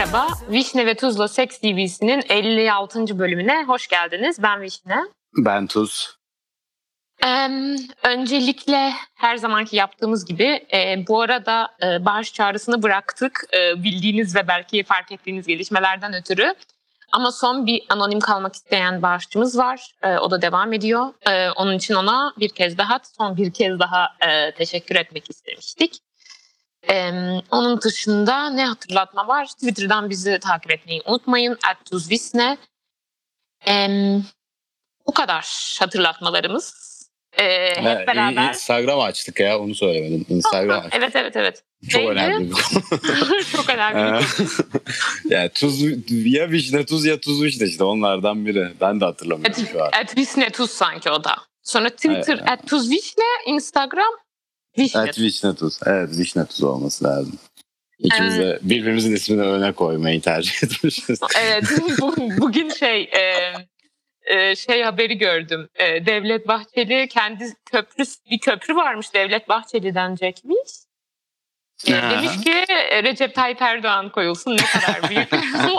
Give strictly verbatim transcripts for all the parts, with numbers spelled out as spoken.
merhaba. Vişne ve Tuz'la Seks T V'sinin elli altıncı bölümüne hoş geldiniz. Ben Vişne. Ben Tuz. Ee, öncelikle her zamanki yaptığımız gibi e, bu arada e, bağış çağrısını bıraktık. E, bildiğiniz ve belki fark ettiğiniz gelişmelerden ötürü. Ama son bir anonim kalmak isteyen bağışçımız var. E, o da devam ediyor. E, onun için ona bir kez daha, son bir kez daha e, teşekkür etmek istemiştik. Ee, onun dışında ne hatırlatma var? Twitter'dan bizi takip etmeyi unutmayın. at tuzvisne. Ee, bu kadar hatırlatmalarımız. Ee, hep evet, beraber. Instagram açtık ya, onu söylemedim. Instagram açtık. Evet evet evet. Çok Neydi? önemli bir konu. Çok önemli bir konu. Yani tuz, ya vişne tuz ya tuz vişne işte, onlardan biri. Ben de hatırlamıyorum at, şu an. At visne tuz sanki o da. Sonra Twitter Evet. at tuzvisne, Instagram vişne. Evet, vişne tuz. Evet, vişne tuz olması lazım. İkimiz de birbirimizin ismini öne koymayı tercih etmişiz. Evet, bugün şey e, e, şey haberi gördüm. E, Devlet Bahçeli kendi köprü bir köprü varmış, Devlet Bahçeli'den çekmiş. E, demiş ki Recep Tayyip Erdoğan koyulsun, ne kadar büyük.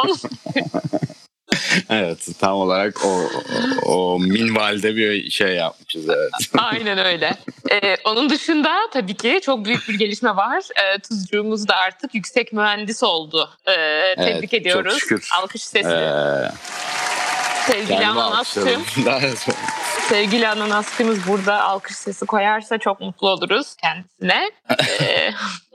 Evet, tam olarak o, o, o minvalde bir şey yapmışız, evet. Aynen öyle. Ee, onun dışında tabii ki çok büyük bir gelişme var. Ee, Tuzcuğumuz da artık yüksek mühendis oldu. Ee, Evet, tebrik ediyoruz. çok şükür. Alkış sesi. Ee, Sevgili Ananaskım. Sevgili Ananaskımız burada alkış sesi koyarsa çok mutlu oluruz kendisine. Ee,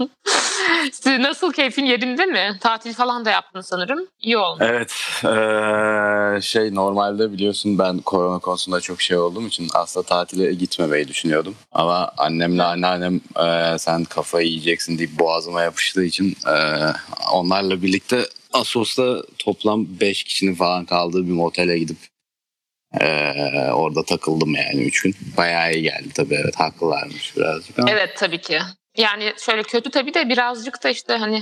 nasıl, keyfin yerinde mi? Tatil falan da yaptın sanırım. İyi olmuş. Evet. Ee, şey normalde biliyorsun ben korona konusunda çok şey olduğum için aslında tatile gitmemeyi düşünüyordum. Ama annemle anneannem e, sen kafayı yiyeceksin deyip boğazıma yapıştığı için e, onlarla birlikte Assos'ta toplam beş kişinin falan kaldığı bir motele gidip Ee, orada takıldım yani üç gün. Bayağı iyi geldi tabii, evet, haklılarmış birazcık ama. Evet tabii ki. Yani şöyle kötü tabii de birazcık da işte hani.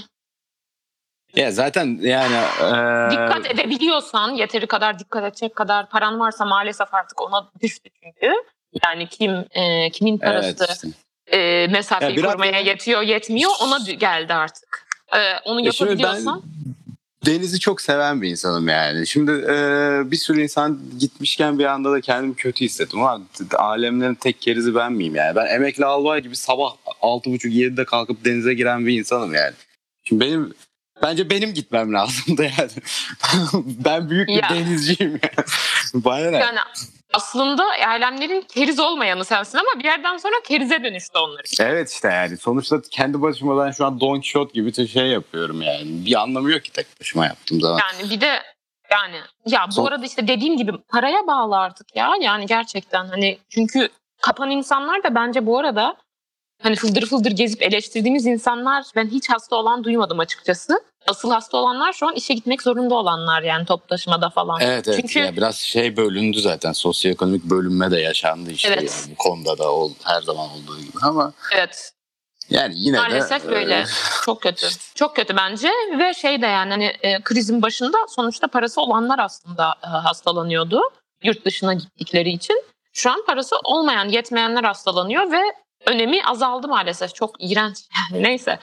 Ya zaten yani. E... Dikkat edebiliyorsan, yeteri kadar dikkat edecek kadar paran varsa maalesef artık ona düştü çünkü. Yani kim e, kimin parası evet işte. e, mesafeyi ya kurmaya biraz... yetiyor yetmiyor, ona geldi artık. E, onu e yapabiliyorsan. Denizi çok seven bir insanım yani. Şimdi e, bir sürü insan gitmişken bir anda da kendimi kötü hissettim. Ama alemlerin tek kerizi ben miyim yani? Ben emekli albay gibi sabah altı buçuk yedide kalkıp denize giren bir insanım yani. Şimdi benim bence benim gitmem lazımdı yani. Ben büyük bir ya. denizciyim yani. Bana ne? Yani aslında alemlerin keriz olmayanı sensin ama bir yerden sonra kerize dönüştü onlar. Evet işte yani sonuçta kendi başıma ben şu an Don Quixote gibi bir şey yapıyorum yani. Bir anlamı yok ki tek başıma yaptığım zaman. Yani bir de yani ya bu Son... arada işte dediğim gibi paraya bağlı artık ya. Yani gerçekten hani çünkü kapan insanlar da bence bu arada hani fıldır fıldır gezip eleştirdiğimiz insanlar, ben hiç hasta olan duymadım açıkçası. Asıl hasta olanlar şu an işe gitmek zorunda olanlar yani top taşımada falan. Evet evet. Çünkü ya biraz şey bölündü zaten, sosyoekonomik bölünme de yaşandı işte evet. Yani bu konuda da ol, her zaman olduğu gibi ama. Evet. Yani yine maalesef de. böyle e... çok kötü. Çok kötü bence ve şey de yani hani e, krizin başında sonuçta parası olanlar aslında e, hastalanıyordu yurt dışına gittikleri için. Şu an parası olmayan, yetmeyenler hastalanıyor ve önemi azaldı maalesef. Çok iğrenç. Yani neyse.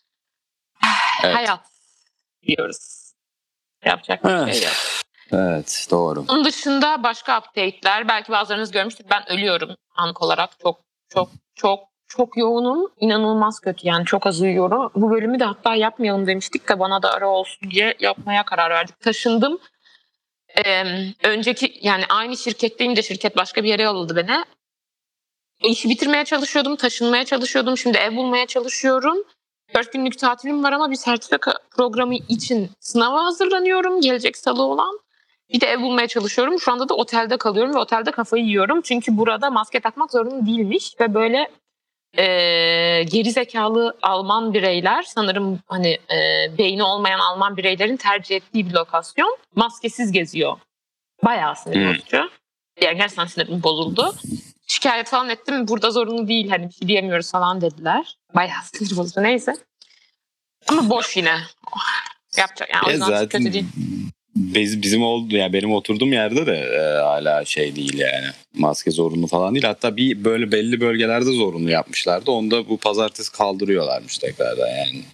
Evet. Hayat diyoruz. Yapacak bir evet. şey yok. Evet, doğru. Onun dışında başka update'ler. Belki bazılarınız görmüştür. Ben ölüyorum ank olarak. Çok çok çok çok yoğunum. İnanılmaz kötü yani. Çok az uyuyorum. Bu bölümü de hatta yapmayalım demiştik de bana da ara olsun diye yapmaya karar verdik. Taşındım. Ee, önceki yani aynı şirketteyim de şirket başka bir yere yolladı beni. İşi bitirmeye çalışıyordum, taşınmaya çalışıyordum. Şimdi ev bulmaya çalışıyorum. Dört günlük tatilim var ama bir sertifika programı için sınava hazırlanıyorum. Gelecek salı olan. Bir de ev bulmaya çalışıyorum. Şu anda da otelde kalıyorum ve otelde kafayı yiyorum. Çünkü burada maske takmak zorunlu değilmiş. Ve böyle e, gerizekalı Alman bireyler, sanırım hani e, beyni olmayan Alman bireylerin tercih ettiği bir lokasyon. Maskesiz geziyor. Bayağı sinir bozucu. Hmm. Yani gerçekten sinirim bozuldu. Şikayet falan ettim. Burada zorunlu değil. Hani bir şey diyemiyoruz falan dediler. Bayağı sinir bozucu. Neyse. Ama boş yine. Yapacak. Yani o yüzden zaten kötü değil. Biz, bizim oldu yani benim oturduğum yerde de e, hala şey değil yani. Maske zorunlu falan değil. Hatta bir böyle belli bölgelerde zorunlu yapmışlardı. Onu da bu pazartesi kaldırıyorlarmış tekrardan yani.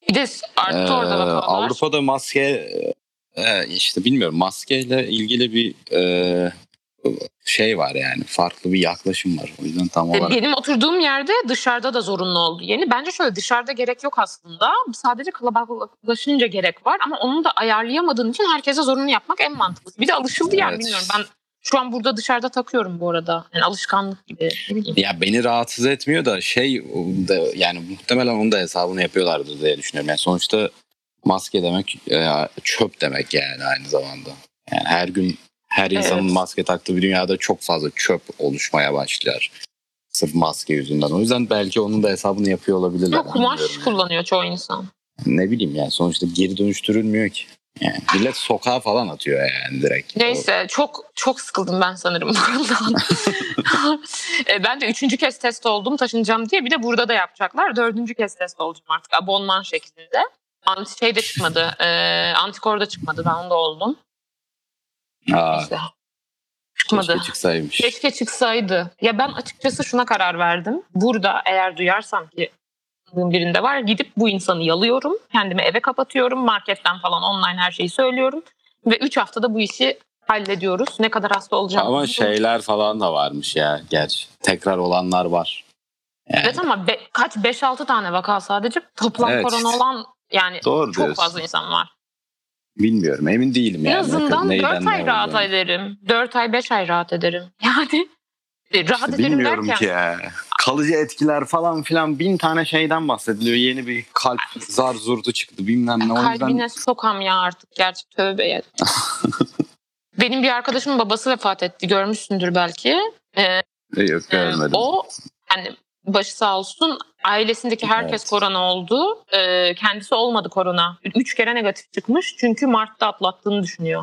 Bir de arttı orada Ee, vakalar. Avrupa'da maske e, işte bilmiyorum, maskeyle ilgili bir e, şey var yani, farklı bir yaklaşım var. O yüzden tam olarak. Benim oturduğum yerde dışarıda da zorunlu oldu yeni. Bence şöyle, dışarıda gerek yok aslında. Sadece kalabalıklaşınca gerek var ama onu da ayarlayamadığın için herkese zorunlu yapmak en mantıklısı. Bir de alışıldı yani, Evet. bilmiyorum. Ben şu an burada dışarıda takıyorum bu arada. Yani alışkanlık gibi. Ne bileyim. Ya beni rahatsız etmiyor da şey da, yani muhtemelen onun da hesabını yapıyorlardır diye düşünüyorum. Yani sonuçta maske demek e, çöp demek yani aynı zamanda. Yani her gün her insanın Evet. maske taktığı bir dünyada çok fazla çöp oluşmaya başlar. Sırf maske yüzünden. O yüzden belki onun da hesabını yapıyor olabilirler. Yok, kumaş Bilmiyorum yani. kullanıyor çoğu insan. Ne bileyim yani, sonuçta geri dönüştürülmüyor ki. Yani millet sokağa falan atıyor yani direkt. Neyse, çok çok sıkıldım ben sanırım buradan. E, ben de üçüncü kez test oldum taşınacağım diye. Bir de burada da yapacaklar. Dördüncü kez test olacağım artık abonman şeklinde. Anti şey de çıkmadı. E, antikor da çıkmadı. Ben onda oldum. Aa, Neyse. Çıkmadı. keşke çıksaymış. Keşke çıksaydı. Ya ben açıkçası şuna karar verdim. Burada eğer duyarsam ki birinde var, gidip bu insanı yalıyorum. Kendimi eve kapatıyorum. Marketten falan online her şeyi söylüyorum. Ve üç haftada bu işi hallediyoruz. Ne kadar hasta olacağım. Ama şeyler falan da varmış ya gerçi. Tekrar olanlar var. Yani. Evet ama be, kaç beş altı tane vaka sadece. Toplam Evet. korona olan yani Doğru çok diyorsun. fazla insan var. Bilmiyorum, emin değilim yani. En azından Neyden dört ne ay rahat olacağını. ederim. dört ay beş ay rahat ederim. Yani e, rahat İşte ederim bilmiyorum derken. ki ya. Kalıcı etkiler falan filan, bin tane şeyden bahsediliyor. Yeni bir kalp zar zurdu çıktı bilmem ne. O yüzden Kalbine sokam ya artık, gerçi tövbe ya. Benim bir arkadaşımın babası vefat etti, görmüşsündür belki. Ee, yok görmedim. o hani başı sağ olsun, ailesindeki herkes Evet. korona oldu. Ee, kendisi olmadı korona. Üç kere negatif çıkmış çünkü Mart'ta atlattığını düşünüyor.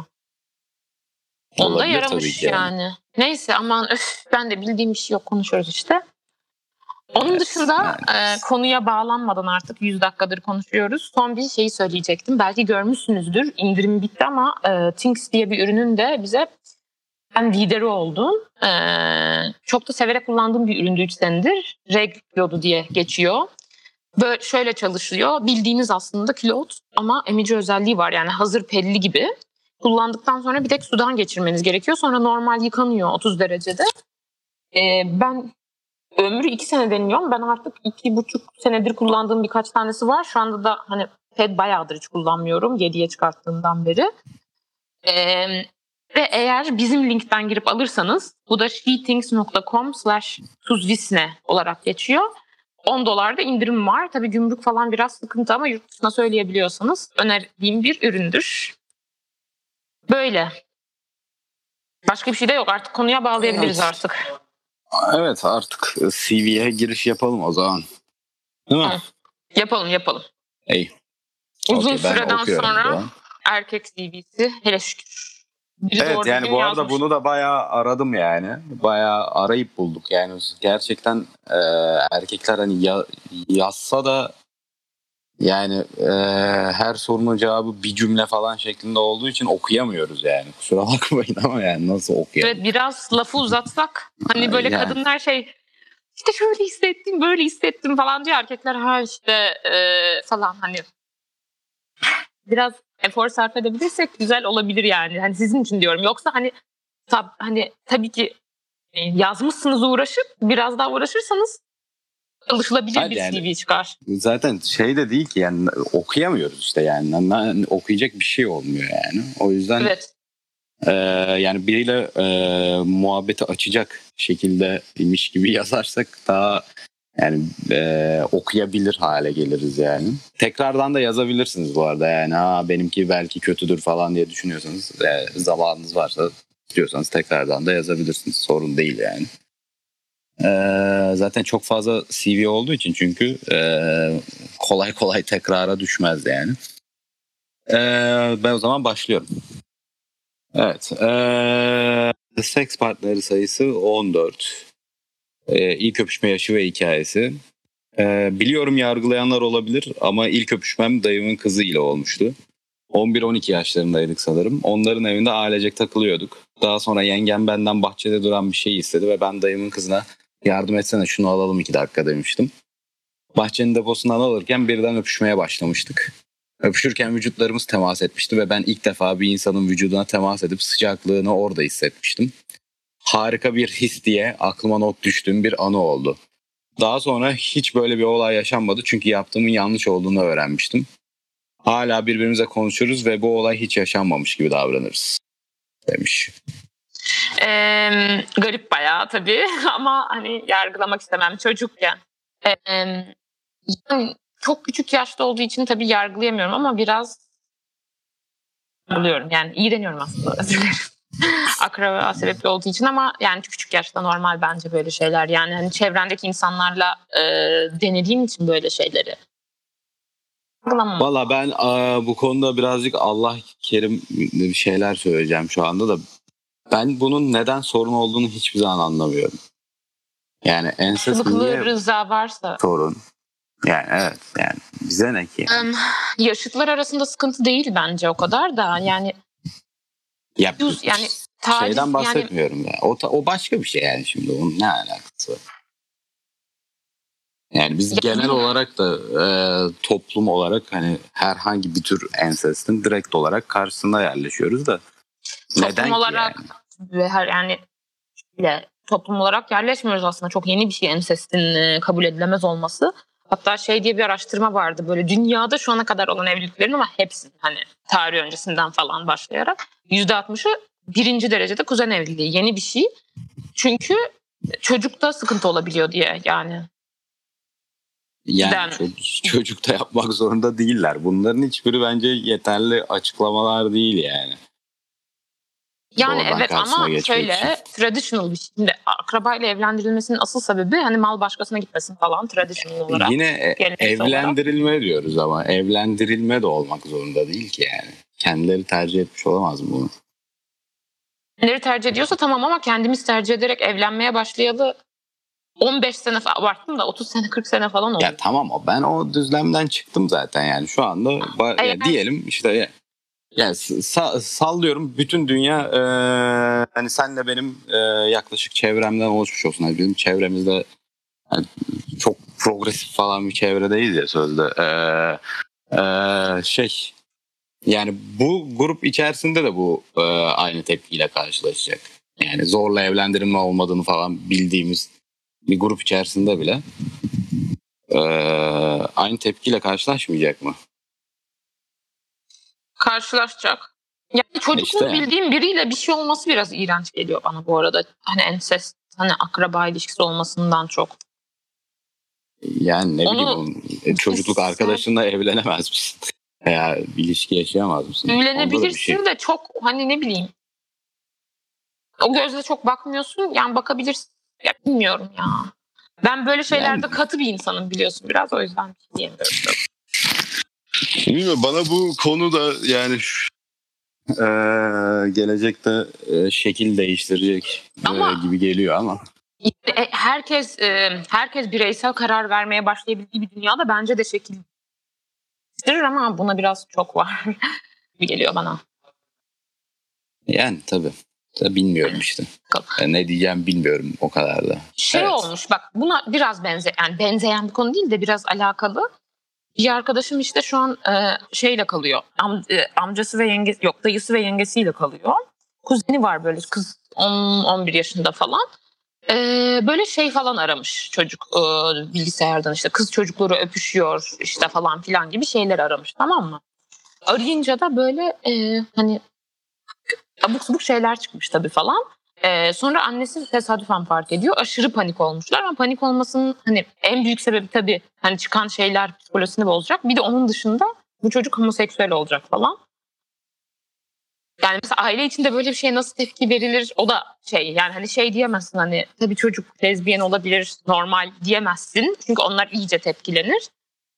Onda Olabilir tabii yaramış ki yani. yani. Neyse aman öf, ben de bildiğim bir şey yok, konuşuyoruz işte. Onun Evet, dışında yani. e, konuya bağlanmadan artık yüz dakikadır konuşuyoruz. Son bir şeyi söyleyecektim. Belki görmüşsünüzdür. İndirim bitti ama e, Things diye bir ürünün de bize ben lideri oldum. E, çok da severek kullandığım bir üründü üç senedir. Reg Cloud'u diye geçiyor. Böyle şöyle çalışıyor. Bildiğiniz aslında Cloud ama emici özelliği var. Yani hazır pelli gibi. Kullandıktan sonra bir tek sudan geçirmeniz gerekiyor. Sonra normal yıkanıyor otuz derecede. E, ben ömrü iki sene deniliyor. Ben artık iki buçuk senedir kullandığım birkaç tanesi var. Şu anda da hani ped bayağıdır hiç kullanmıyorum. yediye çıkarttığımdan beri. Ee, ve eğer bizim linkten girip alırsanız, bu da shethings nokta com slash tuzvisne olarak geçiyor. on dolarda indirim var. Tabii gümrük falan biraz sıkıntı ama yurt dışına söyleyebiliyorsanız önerdiğim bir üründür. Böyle. Başka bir şey de yok. Artık konuya bağlayabiliriz Evet. artık. Evet, artık C V'ye giriş yapalım o zaman. Değil mi? Hı. Yapalım yapalım. Ey. Uzun Okey, ben süreden okuyorum o sonra zaman. erkek C V'si, hele şükür. Biri Evet doğru yani düzgün bu arada yazmış. bunu da bayağı aradım yani. Bayağı arayıp bulduk yani. Gerçekten e, erkekler hani ya, yazsa da yani e, her sorunun cevabı bir cümle falan şeklinde olduğu için okuyamıyoruz yani. Kusura bakmayın ama yani nasıl okuyalım? Evet, biraz lafı uzatsak hani böyle Yani. kadınlar şey işte şöyle hissettim böyle hissettim falan diyor, erkekler ha işte e, falan, hani biraz efor sarf edebilirsek güzel olabilir yani. Hani sizin için diyorum, yoksa hani tab, hani tabii ki e, yazmışsınız, uğraşıp biraz daha uğraşırsanız alışılabilir Hadi bir yani. C V çıkar. Zaten şey de değil ki yani, okuyamıyoruz işte yani. Yani okuyacak bir şey olmuyor yani. O yüzden Evet. e, yani biriyle e, muhabbeti açacak şekildeymiş gibi yazarsak daha yani e, okuyabilir hale geliriz yani. Tekrardan da yazabilirsiniz bu arada yani, ha benimki belki kötüdür falan diye düşünüyorsanız, e, zamanınız varsa istiyorsanız tekrardan da yazabilirsiniz. Sorun değil yani. Ee, zaten çok fazla C V olduğu için çünkü e, kolay kolay tekrara düşmez yani. Ee, ben o zaman başlıyorum. Evet. Ee, seks partneri sayısı on dört. Ee, ilk öpüşme yaşı ve hikayesi. Ee, biliyorum yargılayanlar olabilir ama ilk öpüşmem dayımın kızı ile olmuştu. on bir on iki yaşlarındaydık sanırım. Onların evinde ailecek takılıyorduk. Daha sonra yengem benden bahçede duran bir şey istedi ve ben dayımın kızına yardım etsene şunu alalım iki dakika demiştim. bahçenin deposundan alırken birden öpüşmeye başlamıştık. Öpüşürken vücutlarımız temas etmişti ve ben ilk defa bir insanın vücuduna temas edip sıcaklığını orada hissetmiştim. Harika bir his diye aklıma not düştüğüm bir anı oldu. Daha sonra hiç böyle bir olay yaşanmadı çünkü yaptığımın yanlış olduğunu öğrenmiştim. Hala birbirimize konuşuruz ve bu olay hiç yaşanmamış gibi davranırız demiş. Ee, garip bayağı tabii ama hani yargılamak istemem çocukken. Ee, yani çok küçük yaşta olduğu için tabii yargılayamıyorum ama biraz buluyorum. Yani iğreniyorum aslında. Özür dilerim. Akraba sebepli olduğu için ama yani küçük yaşta normal bence böyle şeyler. Yani hani çevrendeki insanlarla e, denediğim için böyle şeyleri. Valla ben a, bu konuda birazcık Allah kerim bir şeyler söyleyeceğim şu anda da. Ben bunun neden sorun olduğunu hiçbir zaman anlamıyorum. Yani ensest niye rıza varsa sorun? Yani evet yani bize ne ki? Um, yaşıtlar arasında sıkıntı değil bence o kadar da yani. Ya, Düz, yani taciz, şeyden bahsetmiyorum yani, ya. O, o başka bir şey yani şimdi onun ne alakası var? Yani biz yani, genel olarak da e, toplum olarak hani herhangi bir tür ensestin direkt olarak karşısında yerleşiyoruz da toplum neden olarak ki yani? Ve her yani bile toplum olarak yerleşmiyoruz aslında. Çok yeni bir şey ensestin e, kabul edilemez olması. Hatta şey diye bir araştırma vardı böyle dünyada şu ana kadar olan evliliklerin ama hepsi hani tarih öncesinden falan başlayarak yüzde altmışı birinci derecede kuzen evliliği. Yeni bir şey. Çünkü çocukta sıkıntı olabiliyor diye yani. Yani ben... çocuk, çocuk da yapmak zorunda değiller. Bunların hiçbiri bence yeterli açıklamalar değil yani. Yani oradan evet ama şöyle için. Traditional bir şey. Şimdi akrabayla evlendirilmesinin asıl sebebi hani mal başkasına gitmesin falan traditional olarak. Yine evlendirilme olarak. Diyoruz ama evlendirilme de olmak zorunda değil ki yani. Kendileri tercih etmiş olamaz mı bunu? Kendileri tercih ediyorsa tamam ama kendimiz tercih ederek evlenmeye başlayalı on beş sene falan abarttım da otuz sene kırk sene falan oldu. Ya tamam o ben o düzlemden çıktım zaten yani şu anda ba- ya diyelim işte yani sa- sallıyorum bütün dünya e, hani senle benim e, yaklaşık çevremden oluşmuş olsun. Yani bizim çevremizde yani çok progresif falan bir çevredeyiz ya sözde. E, e, şey yani bu grup içerisinde de bu e, aynı tepkiyle karşılaşacak. Yani zorla evlendirilme olmadığını falan bildiğimiz bir grup içerisinde bile e, aynı tepkiyle karşılaşmayacak mı? Karşılaşacak. Yani çocukluğu işte yani. Bildiğim biriyle bir şey olması biraz iğrenç geliyor bana bu arada. Hani ensest, hani akraba ilişkisi olmasından çok. Yani ne Onu, bileyim çocukluk arkadaşınla evlenemez misin? Veya bir ilişki yaşayamaz mısın? Evlenebilirsin şey. de çok hani ne bileyim. O gözle çok bakmıyorsun. Yani bakabilirsin. Ya, bilmiyorum ya. Ben böyle şeylerde yani, katı bir insanım biliyorsun biraz o yüzden bir şey diyemiyorum. Bilmiyorum bana bu konuda yani e, gelecekte e, şekil değiştirecek ama, e, gibi geliyor ama. Herkes e, herkes bireysel karar vermeye başlayabildiği bir dünyada bence de şekil değiştirir ama buna biraz çok var gibi geliyor bana. Yani tabii. Tabii bilmiyorum işte. Yani ne diyeceğim bilmiyorum o kadar da. Şey evet. Olmuş bak buna biraz benze yani benzeyen bir konu değil de biraz alakalı. Bir arkadaşım işte şu an e, şeyle kalıyor. Am, e, amcası ve yengesi yok dayısı ve yengesiyle kalıyor. Kuzeni var böyle kız on on bir yaşında falan. E, böyle şey falan aramış çocuk e, bilgisayardan işte kız çocukları öpüşüyor işte falan filan gibi şeyler aramış tamam mı? Arayınca da böyle e, hani abuk sabuk şeyler çıkmış tabii falan. Ee, sonra annesi tesadüfen fark ediyor. Aşırı panik olmuşlar ama panik olmasının hani en büyük sebebi tabii hani çıkan şeyler psikolojisini bozacak. Bir de onun dışında bu çocuk homoseksüel olacak falan. Yani mesela aile içinde böyle bir şeye nasıl tepki verilir o da şey yani hani şey diyemezsin hani tabii çocuk lezbiyen olabilir normal diyemezsin. Çünkü onlar iyice tepkilenir.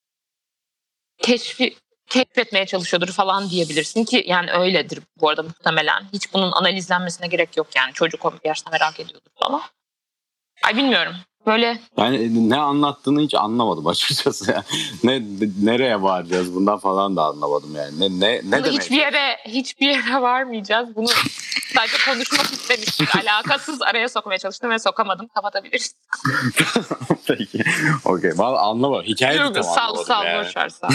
Keşfi keşfetmeye çalışıyordur falan diyebilirsin ki yani öyledir bu arada muhtemelen. Hiç bunun analizlenmesine gerek yok yani çocuk o yaşta merak ediyordur falan. Ay bilmiyorum böyle. Yani ne anlattığını hiç anlamadım açıkçası. Yani. Ne nereye varacağız bundan falan da anlamadım yani. Ne ne ne demek? Hiçbir yere hiçbir yere varmayacağız. Bunu Sadece konuşmak istemiştim. Alakasız araya sokmaya çalıştım ve sokamadım. Kapatabiliriz. Peki. Okey. Valla anlamadım. Hikayeyi tam Sal anlamadım sal yani. boşver sal.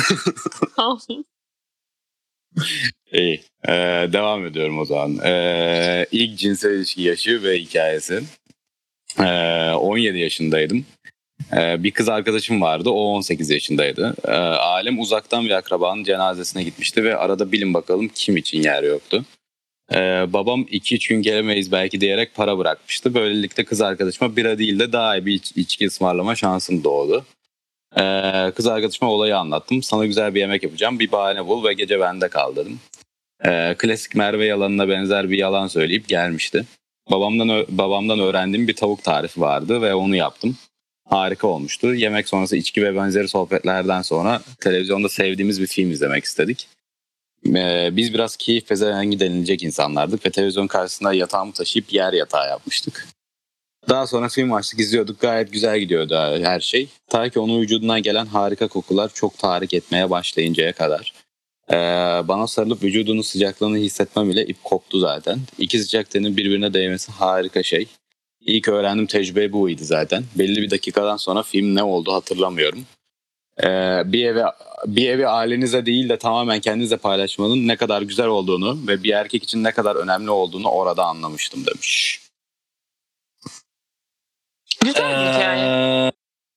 İyi. Ee, devam ediyorum o zaman. Ee, ilk cinsel ilişki yaşı ve hikayesi. Ee, on yedi yaşındaydım. Ee, bir kız arkadaşım vardı. O on sekiz yaşındaydı. Ee, ailem uzaktan bir akrabanın cenazesine gitmişti ve arada bilin bakalım kim için yer yoktu. Ee, babam iki üç gün gelemeyiz belki diyerek para bırakmıştı. Böylelikle kız arkadaşıma bira değil de daha iyi bir iç- içki ısmarlama şansım doğdu. Ee, kız arkadaşıma olayı anlattım. Sana güzel bir yemek yapacağım. Bir bahane bul ve gece bende kal dedim. Ee, klasik Merve yalanına benzer bir yalan söyleyip gelmişti. Babamdan ö- babamdan öğrendiğim bir tavuk tarifi vardı ve onu yaptım. Harika olmuştu. Yemek sonrası içki ve benzeri sohbetlerden sonra televizyonda sevdiğimiz bir film izlemek istedik. Ee, biz biraz keyif pezevengi denilecek insanlardık ve televizyon karşısında yatağımı taşıyıp yer yatağı yapmıştık. Daha sonra film açtık, izliyorduk. Gayet güzel gidiyordu her şey. Ta ki onun vücudundan gelen harika kokular çok tahrik etmeye başlayıncaya kadar. Ee, bana sarılıp vücudunun sıcaklığını hissetmem ile ip koptu zaten. İki sıcak tenin birbirine değmesi harika şey. İlk öğrendiğim tecrübe buydu zaten. Belli bir dakikadan sonra film ne oldu hatırlamıyorum. Ee, bir evi bir evi ailenize değil de tamamen kendinize paylaşmanın ne kadar güzel olduğunu ve bir erkek için ne kadar önemli olduğunu orada anlamıştım demiş. Güzel bir hikaye.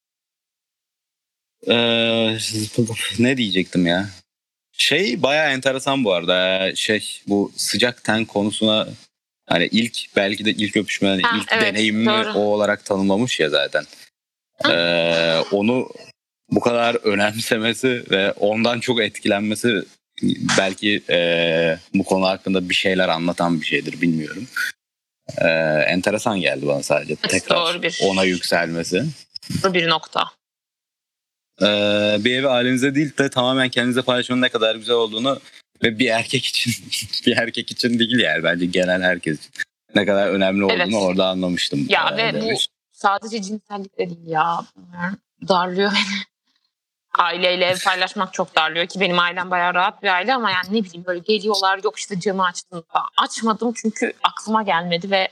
Ee, e, ne diyecektim ya? Şey bayağı enteresan bu arada. Şey bu sıcak ten konusuna hani ilk belki de ilk öpüşmenin Ha, ilk evet, deneyimini doğru. o olarak tanımlamış ya zaten. Ee, onu bu kadar önemsemesi ve ondan çok etkilenmesi belki e, bu konu hakkında bir şeyler anlatan bir şeydir bilmiyorum. Ee, enteresan geldi bana sadece tekrar doğru bir- ona yükselmesi. Bu bir nokta. Ee, bir evi ailenize değil de tamamen kendinize paylaşmanın ne kadar güzel olduğunu ve bir erkek için bir erkek için değil yani bence genel herkes için ne kadar önemli olduğunu Evet. orada anlamıştım. Ya ee, ve demiş. bu sadece cinsellik de değil ya. Darlıyor beni. Aileyle ev paylaşmak çok darlıyor ki benim ailem bayağı rahat bir aile ama yani ne bileyim böyle geliyorlar yok işte camı açtın falan. Açmadım çünkü aklıma gelmedi ve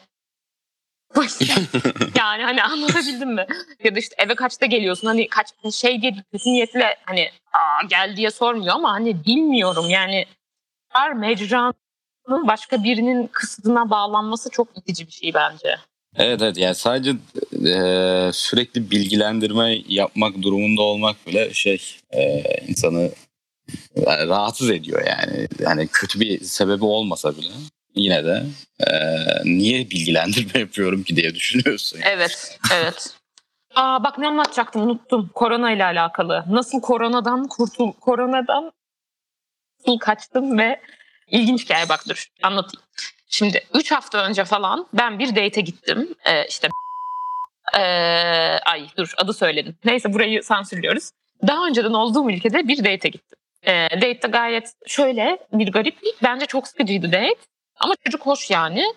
yani hani anlatabildim mi? Ya da işte eve kaçta geliyorsun hani kaç şey diye kötü niyetle hani aa, gel diye sormuyor ama hani bilmiyorum yani her mecranın başka birinin kısıtına bağlanması çok itici bir şey bence. Evet evet yani sadece e, sürekli bilgilendirme yapmak durumunda olmak bile şey e, insanı rahatsız ediyor yani. Yani kötü bir sebebi olmasa bile yine de e, niye bilgilendirme yapıyorum ki diye düşünüyorsun. Yani. Evet, evet. Aa bak ne anlatacaktım unuttum. Korona ile alakalı. Nasıl koronadan kurtul koronadan nasıl kaçtım ve ilginç hikaye bak dur anlatayım. Şimdi üç hafta önce falan ben bir date'e gittim. Ee, işte ee, ay dur adı söyledim. Neyse burayı sansürlüyoruz. Daha önceden olduğum ülkede bir date'e gittim. Ee, date de gayet şöyle bir gariplik. Bence çok sıkıcıydı date. Ama çocuk hoş yani.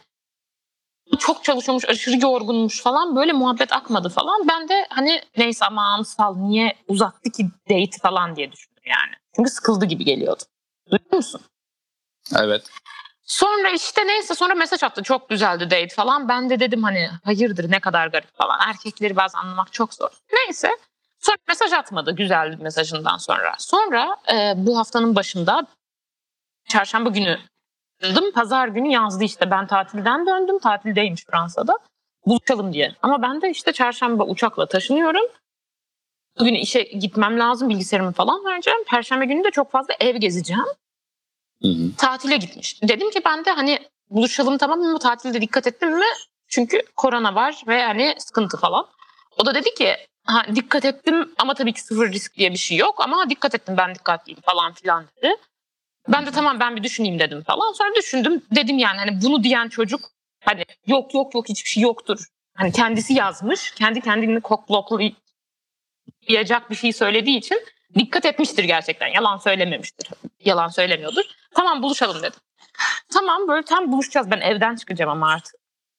Çok çalışıyormuş, aşırı yorgunmuş falan. Böyle muhabbet akmadı falan. Ben de hani neyse aman sal niye uzattı ki date falan diye düşündüm yani. Çünkü sıkıldı gibi geliyordu. Duyuyor musun? Evet. Sonra işte neyse sonra mesaj attı. Çok güzeldi date falan. Ben de dedim hani hayırdır ne kadar garip falan. Erkekleri bazen anlamak çok zor. Neyse. Sonra mesaj atmadı güzel mesajından sonra. Sonra e, bu haftanın başında çarşamba günü yazdım. Pazar günü yazdı işte ben tatilden döndüm. Tatildeymiş Fransa'da. Buluşalım diye. Ama ben de işte çarşamba uçakla taşınıyorum. Bugün işe gitmem lazım. Bilgisayarımı falan vereceğim. Perşembe günü de çok fazla ev gezeceğim. Hı hı. Tatile gitmiş. Dedim ki ben de hani buluşalım tamam mı tatilde dikkat ettin mi? Çünkü korona var ve hani sıkıntı falan. O da dedi ki ha, dikkat ettim ama tabii ki sıfır risk diye bir şey yok ama dikkat ettim ben dikkatliyim falan filan dedi. Ben de tamam ben bir düşüneyim dedim falan. Sonra düşündüm dedim yani hani bunu diyen çocuk hani yok yok yok hiçbir şey yoktur. Hani kendisi yazmış. Kendi kendini kokbloklayacak bir şey söylediği için dikkat etmiştir gerçekten. Yalan söylememiştir. Yalan söylemiyordur. Tamam buluşalım dedim. Tamam böyle tam buluşacağız. Ben evden çıkacağım ama artık.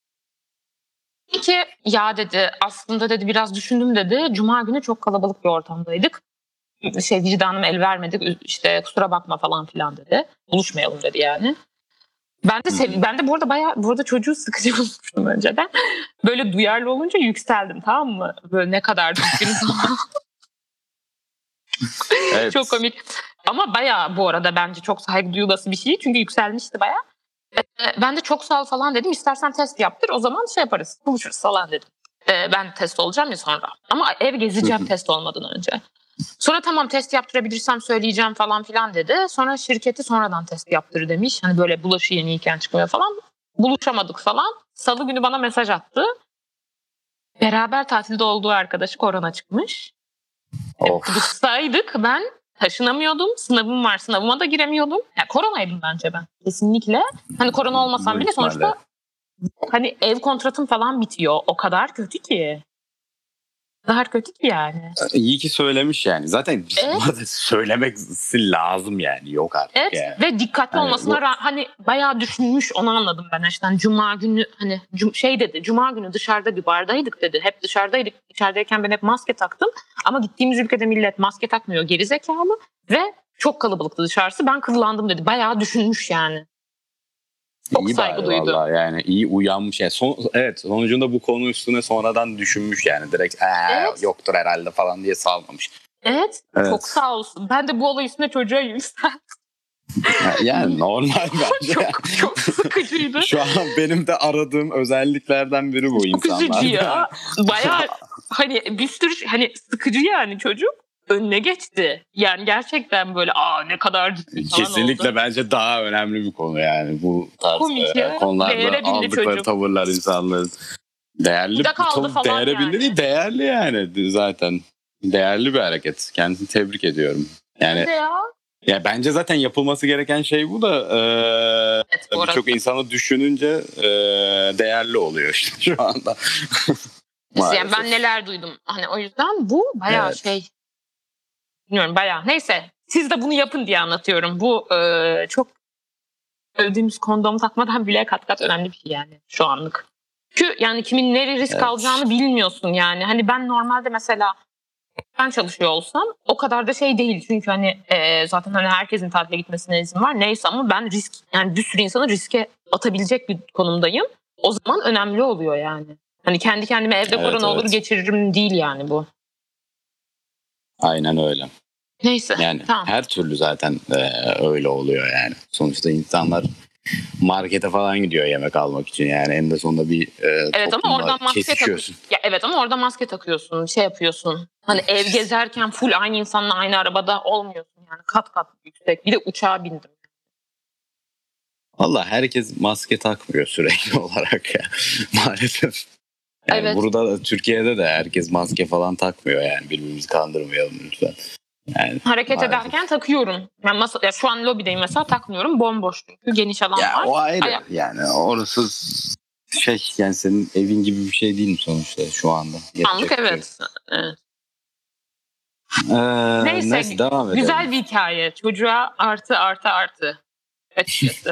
Peki ya dedi aslında dedi biraz düşündüm dedi. Cuma günü çok kalabalık bir ortamdaydık. Şey vicdanım el vermedi işte kusura bakma falan filan dedi. Buluşmayalım dedi yani. Ben de sev- ben de bu arada bayağı bu arada çocuğu sıkıcı bulmuştum önceden. Böyle duyarlı olunca yükseldim, tamam mı? Böyle ne kadar düzgün. Evet. Çok komik. Ama bayağı bu arada bence çok saygı duyulası bir şey. Çünkü yükselmişti bayağı. Ee, ben de çok sağ ol falan dedim. İstersen test yaptır. O zaman şey yaparız. Buluşuruz falan dedim. Ee, ben test olacağım ya sonra. Ama ev gezeceğim test olmadan önce. Sonra tamam test yaptırabilirsem söyleyeceğim falan filan dedi. Sonra şirketi sonradan test yaptır demiş. Hani böyle bulaşı yeniyken çıkmıyor falan. Buluşamadık falan. Salı günü bana mesaj attı. Beraber tatilde olduğu arkadaşı korona çıkmış. Of. Buluşsaydık ben taşınamıyordum. Sınavım var. Sınavıma da giremiyordum. Yani koronaydım bence ben. Kesinlikle. Hani korona olmasam Bu bile ihtimalle. sonuçta hani ev kontratım falan bitiyor. O kadar kötü ki. O kadar kötü ki yani. İyi ki söylemiş yani. Zaten Evet. bu arada söylemesi lazım yani. Yok artık Evet yani. ve dikkatli Yani olmasına bu- rağmen hani bayağı düşünmüş, onu anladım ben işte. Hani cuma günü hani cum- şey dedi, cuma günü dışarıda bir bardaydık dedi. Hep dışarıdaydık. İçerideyken ben hep maske taktım. Ama gittiğimiz ülkede millet maske takmıyor, gerizekalı ve çok kalabalıktı dışarısı. Ben kırılandım dedi. Bayağı düşünmüş yani. Çok İyi saygı bari duydu. vallahi yani iyi uyanmış. Yani son, evet sonucunda bu konu üstüne sonradan düşünmüş yani. Direkt ee, Evet. yoktur herhalde falan diye salmamış. Evet, Evet. çok sağ olsun. Ben de bu olay üstüne çocuğa yükseldim. Yani normal bence. çok, çok sıkıcıydı. Şu an benim de aradığım özelliklerden biri bu Çok insanlarda. üzücü ya. Bayağı hani bir sürü hani sıkıcı yani çocuk. Önüne geçti. Yani gerçekten böyle aa ne kadar ciddi falan Kesinlikle oldu. bence daha önemli bir konu yani bu tarz Komik e, ya. konularda Değere bindi aldıkları çocuk. tavırlar insanların. Değerli, Bir de kaldı tabii falan değere yani. bindi değil, değerli yani zaten. Değerli bir hareket. Kendisini tebrik ediyorum. Yani Bence ya. ya bence zaten yapılması gereken şey bu da e, Evet, bu arada. birçok insanı düşününce e, değerli oluyor işte şu anda. Yani ben neler duydum. Hani o yüzden bu bayağı Evet. şey. Bilmiyorum bayağı. Neyse. Siz de bunu yapın diye anlatıyorum. Bu e, çok övdüğümüz kondom takmadan bile kat kat önemli bir şey yani şu anlık. Çünkü yani kimin nereye risk Evet. alacağını bilmiyorsun yani. Hani ben normalde mesela ben çalışıyor olsam o kadar da şey değil. Çünkü hani e, zaten hani herkesin tatile gitmesine izin var. Neyse ama ben risk yani bir sürü insanı riske atabilecek bir konumdayım. O zaman önemli oluyor yani. Hani kendi kendime evde Evet, korona olur evet. geçiririm değil yani bu. Aynen öyle. Neyse Yani tamam. her türlü zaten e, öyle oluyor yani. Sonuçta insanlar markete falan gidiyor yemek almak için yani en de sonunda bir e, Evet ama toplumla oradan maske kesişiyorsun. takıyorsun. Ya evet ama orada maske takıyorsun, şey yapıyorsun. Hani ev gezerken full aynı insanla aynı arabada olmuyorsun yani kat kat yüksek. Bir de uçağa bindim. Valla herkes maske takmıyor sürekli olarak ya maalesef. Yani Evet. burada da, Türkiye'de de herkes maske falan takmıyor yani birbirimizi kandırmayalım lütfen. Yani Hareket maalesef. ederken takıyorum. Yani masa, ya şu an lobideyim mesela takmıyorum. Bomboş çünkü geniş alan Ya var. o ayrı Aya- yani orası şey yani senin evin gibi bir şey değil mi sonuçta şu anda? Anlık Yapacak bir şey yok. evet. evet. Ee, Neyse, neyse devam edelim. güzel bir hikaye. Çocuğa artı artı artı. Açıkçası.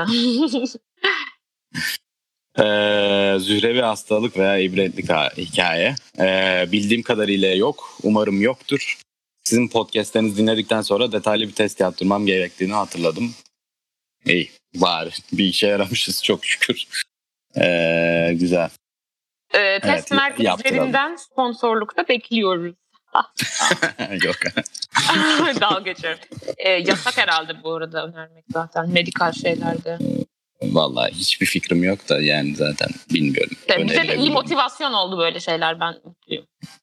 Ee, zührevi hastalık veya ibretlik ha- hikaye. Ee, bildiğim kadarıyla yok. Umarım yoktur. Sizin podcastlerinizi dinledikten sonra detaylı bir test yaptırmam gerektiğini hatırladım. İyi bari bir işe yaramışız çok şükür. Ee, güzel. Ee, test Evet, merkezlerinden sponsorlukta bekliyoruz. Yok. Dalga geçiyorum. Ee, yasak herhalde bu arada önermek zaten medikal şeylerde. Vallahi hiçbir fikrim yok da yani zaten bilmiyorum. Ee, bize de iyi Önerilebilir. motivasyon oldu böyle şeyler, ben mutluyum.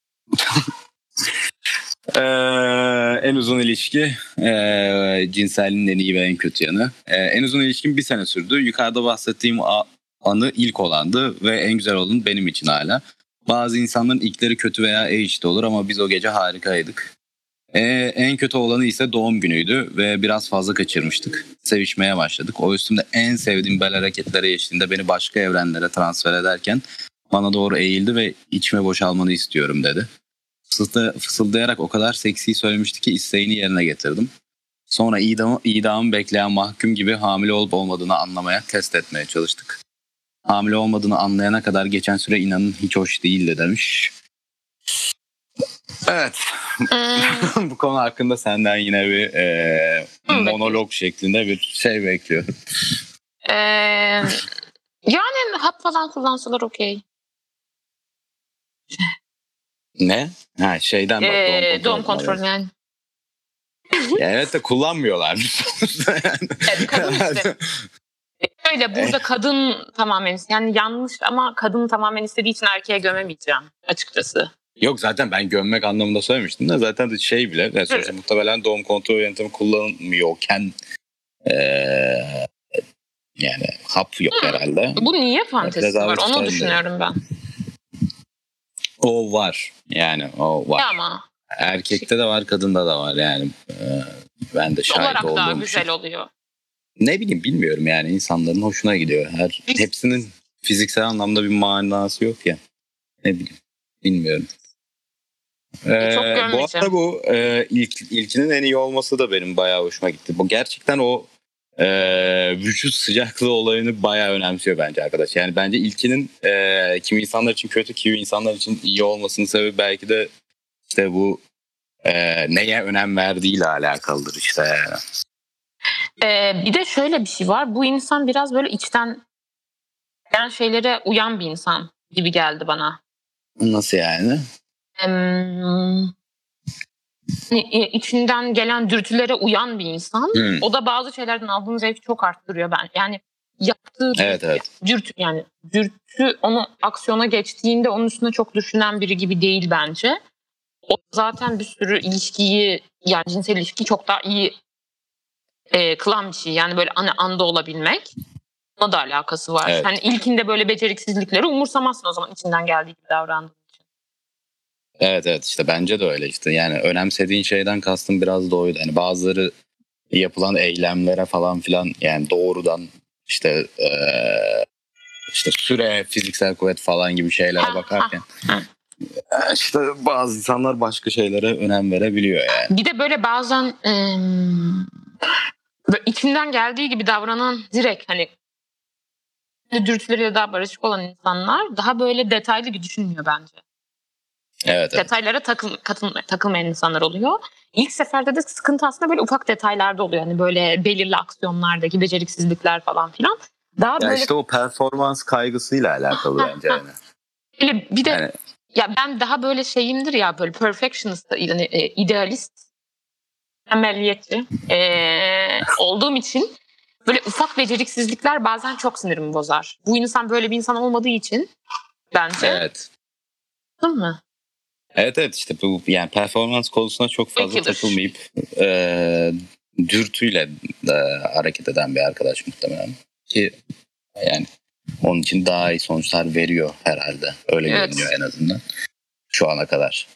Ee, en uzun ilişki e, cinselliğin en iyi ve en kötü yanı. Ee, en uzun ilişkim bir sene sürdü. Yukarıda bahsettiğim a- anı ilk olandı ve en güzel olan benim için hala. Bazı insanların ilkleri kötü veya eşit olur ama biz o gece harikaydık. Ee, en kötü olanı ise doğum günüydü ve biraz fazla kaçırmıştık. Sevişmeye başladık. O üstümde en sevdiğim bel hareketleri eşliğinde beni başka evrenlere transfer ederken bana doğru eğildi ve içime boşalmanı istiyorum dedi. Fısıldı, fısıldayarak o kadar seksi söylemişti ki isteğini yerine getirdim. Sonra idamı, idamı bekleyen mahkum gibi hamile olup olmadığını anlamaya, test etmeye çalıştık. Hamile olmadığını anlayana kadar geçen süre inanın hiç hoş değildi demiş. Evet. Hmm. Bu konu hakkında senden yine bir e, monolog şeklinde bir şey bekliyorum. Ee, yani hap falan kullansalar okey. Ne? Ha şeyden bak Ee, doğum doğum kontrolü. kontrolü yani. Ya evet de kullanmıyorlar. Yani. Evet, kadın işte. Öyle burada kadın tamamen yani yanlış ama kadın tamamen istediği için erkeğe gömemeyeceğim açıkçası. Yok zaten ben gömmek anlamında söylemiştim de zaten de şey bile yani sonuçta Evet. muhtemelen doğum kontrol yöntemi kullanılmıyorken ee, yani hap yok Hmm. herhalde. Bu niye fantezisi var onu içinde. düşünüyorum ben. O var yani o var. Ya ama. Erkekte de var kadında da var yani ee, ben de şahit olarak olduğum daha şey. güzel oluyor. Ne bileyim bilmiyorum yani insanların hoşuna gidiyor. Her Biz... hepsinin fiziksel anlamda bir manası yok ya. Ne bileyim bilmiyorum. Ee, Çok bu arada bu e, ilk, ilkinin en iyi olması da benim bayağı hoşuma gitti. Bu gerçekten o e, vücut sıcaklığı olayını bayağı önemsiyor bence arkadaş. Yani bence ilkinin e, kimi insanlar için kötü, kimi insanlar için iyi olmasının sebebi belki de işte bu e, neye önem verdiğiyle alakalıdır işte. Ee, bir de şöyle bir şey var. Bu insan biraz böyle içten gelen şeylere uyan bir insan gibi geldi bana. Nasıl yani? Hmm, içinden gelen dürtülere uyan bir insan. Hmm. O da bazı şeylerden aldığın zevki çok arttırıyor ben. Yani yaptığı evet, dürtü, evet. dürtü yani dürtü onu aksiyona geçtiğinde onun üstüne çok düşünen biri gibi değil bence. O zaten bir sürü ilişkiyi yani cinsel ilişkiyi çok daha iyi e, kılan bir şey. Yani böyle hani anda olabilmek. Ona da alakası var. Evet. Hani ilkinde böyle beceriksizlikleri umursamazsın o zaman içinden geldiği gibi davrandığın için. Evet evet işte bence de öyle işte. Yani önemsediğin şeyden kastım biraz da oydu. Yani bazıları yapılan eylemlere falan filan yani doğrudan işte ee, işte süre, fiziksel kuvvet falan gibi şeylere ha, bakarken ha, ha. işte bazı insanlar başka şeylere önem verebiliyor yani. Bir de böyle bazen e, böyle içinden geldiği gibi davranan direkt hani dürtüleriyle daha barışık olan insanlar daha böyle detaylı bir düşünmüyor bence. Evet, evet. Detaylara takıl, katıl, takılmayan insanlar oluyor. İlk seferde de sıkıntı aslında böyle ufak detaylarda oluyor. Yani böyle belirli aksiyonlardaki beceriksizlikler falan filan. Daha ya böyle... işte o performans kaygısıyla alakalı bence yani. Böyle bir de yani... ya ben daha böyle şeyimdir ya böyle perfectionist, yani e, idealist, temeliyetçi e, olduğum için böyle ufak beceriksizlikler bazen çok sinirimi bozar. Bu insan böyle bir insan olmadığı için bence. Evet. Değil mi? Evet evet işte bu yani performans konusuna çok fazla Peki, takılmayıp e, dürtüyle e, hareket eden bir arkadaş muhtemelen ki yani onun için daha iyi sonuçlar veriyor herhalde. Öyle evet. Görünüyor en azından şu ana kadar.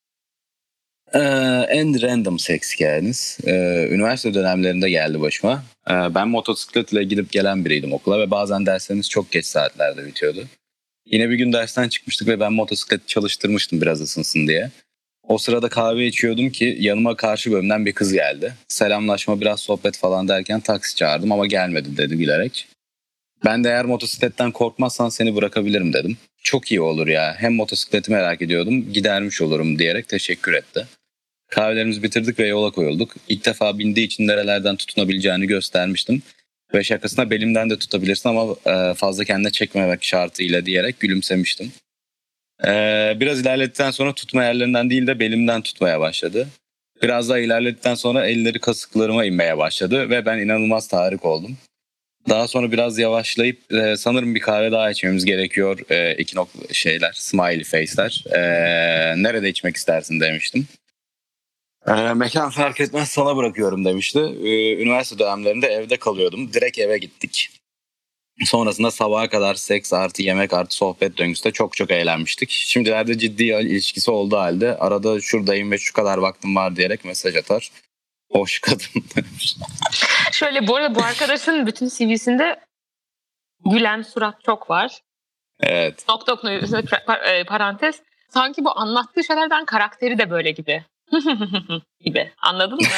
Ee, en random seks hikayeniz. Ee, üniversite dönemlerinde geldi başıma. Ee, ben motosikletle gidip gelen biriydim okula ve bazen derslerimiz çok geç saatlerde bitiyordu. Yine bir gün dersten çıkmıştık ve ben motosiklet çalıştırmıştım biraz ısınsın diye. O sırada kahve içiyordum ki yanıma karşı bölümden bir kız geldi. Selamlaşma, biraz sohbet falan derken taksi çağırdım ama gelmedi dedi gülerek. Ben de eğer motosikletten korkmazsan seni bırakabilirim dedim. Çok iyi olur ya, hem motosikleti merak ediyordum, gidermiş olurum diyerek teşekkür etti. Kahvelerimizi bitirdik ve yola koyulduk. İlk defa bindiği için nerelerden tutunabileceğini göstermiştim. Ve şakasına belimden de tutabilirsin ama fazla kendine çekmemek şartıyla diyerek gülümsemiştim. Biraz ilerledikten sonra tutma yerlerinden değil de belimden tutmaya başladı. Biraz daha ilerledikten sonra elleri kasıklarıma inmeye başladı ve ben inanılmaz tahrik oldum. Daha sonra biraz yavaşlayıp sanırım bir kahve daha içmemiz gerekiyor. İki nokta şeyler, smiley face'ler. Nerede içmek istersin demiştim. Ee, mekan fark etmez sana bırakıyorum demişti. Ee, üniversite dönemlerinde evde kalıyordum. Direkt eve gittik. Sonrasında sabaha kadar seks artı yemek artı sohbet döngüsünde çok çok eğlenmiştik. Şimdilerde ciddi ilişkisi olduğu halde arada şuradayım ve şu kadar vaktim var diyerek mesaj atar. Hoş kadın demiş. Şöyle bu arada bu arkadaşın bütün C V'sinde gülen surat çok var. Evet. Nokta nokta parantez. Sanki bu anlattığı şeylerden karakteri de böyle gibi. gibi. Anladın mı?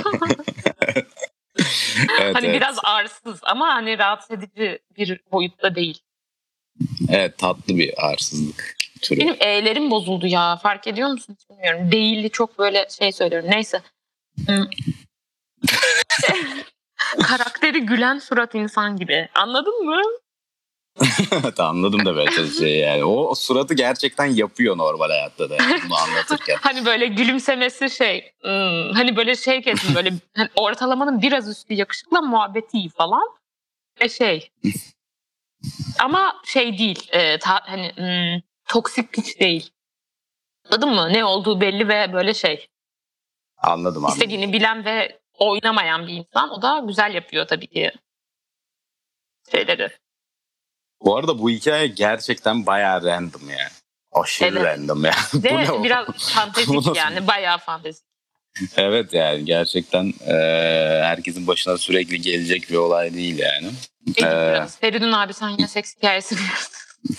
evet, hani evet. biraz arsız ama hani rahatsız edici bir boyutta değil. Evet, tatlı bir arsızlık türü. Benim E'lerim bozuldu ya. Fark ediyor musun? Bilmiyorum. Değilli çok böyle şey söylüyorum. Neyse. Karakteri gülen surat insan gibi. Anladın mı? Evet, anladım da böyle şey yani. O, o suratı gerçekten yapıyor normal hayatta da yani bunu anlatırken. Hani böyle gülümsemesi şey, hmm, hani böyle şey kesin böyle hani ortalamanın biraz üstü yakışıklı muhabbeti iyi falan. Ve şey ama şey değil, e, ta, hani hmm, toksik hiç değil. Anladın mı? Ne olduğu belli ve böyle şey. Anladım anladım. İstediğini bilen ve oynamayan bir insan. O da güzel yapıyor tabii ki şeyleri. Bu arada bu hikaye gerçekten bayağı random yani. Aşırı Evet. random yani. Bu Ve ne o? biraz Bu fantezik nasıl- yani. Bayağı fantezik. Evet yani gerçekten e, herkesin başına sürekli gelecek bir olay değil yani. Edip Ee, biraz. Feridun abi sen yine seks hikayesi biliyorsun.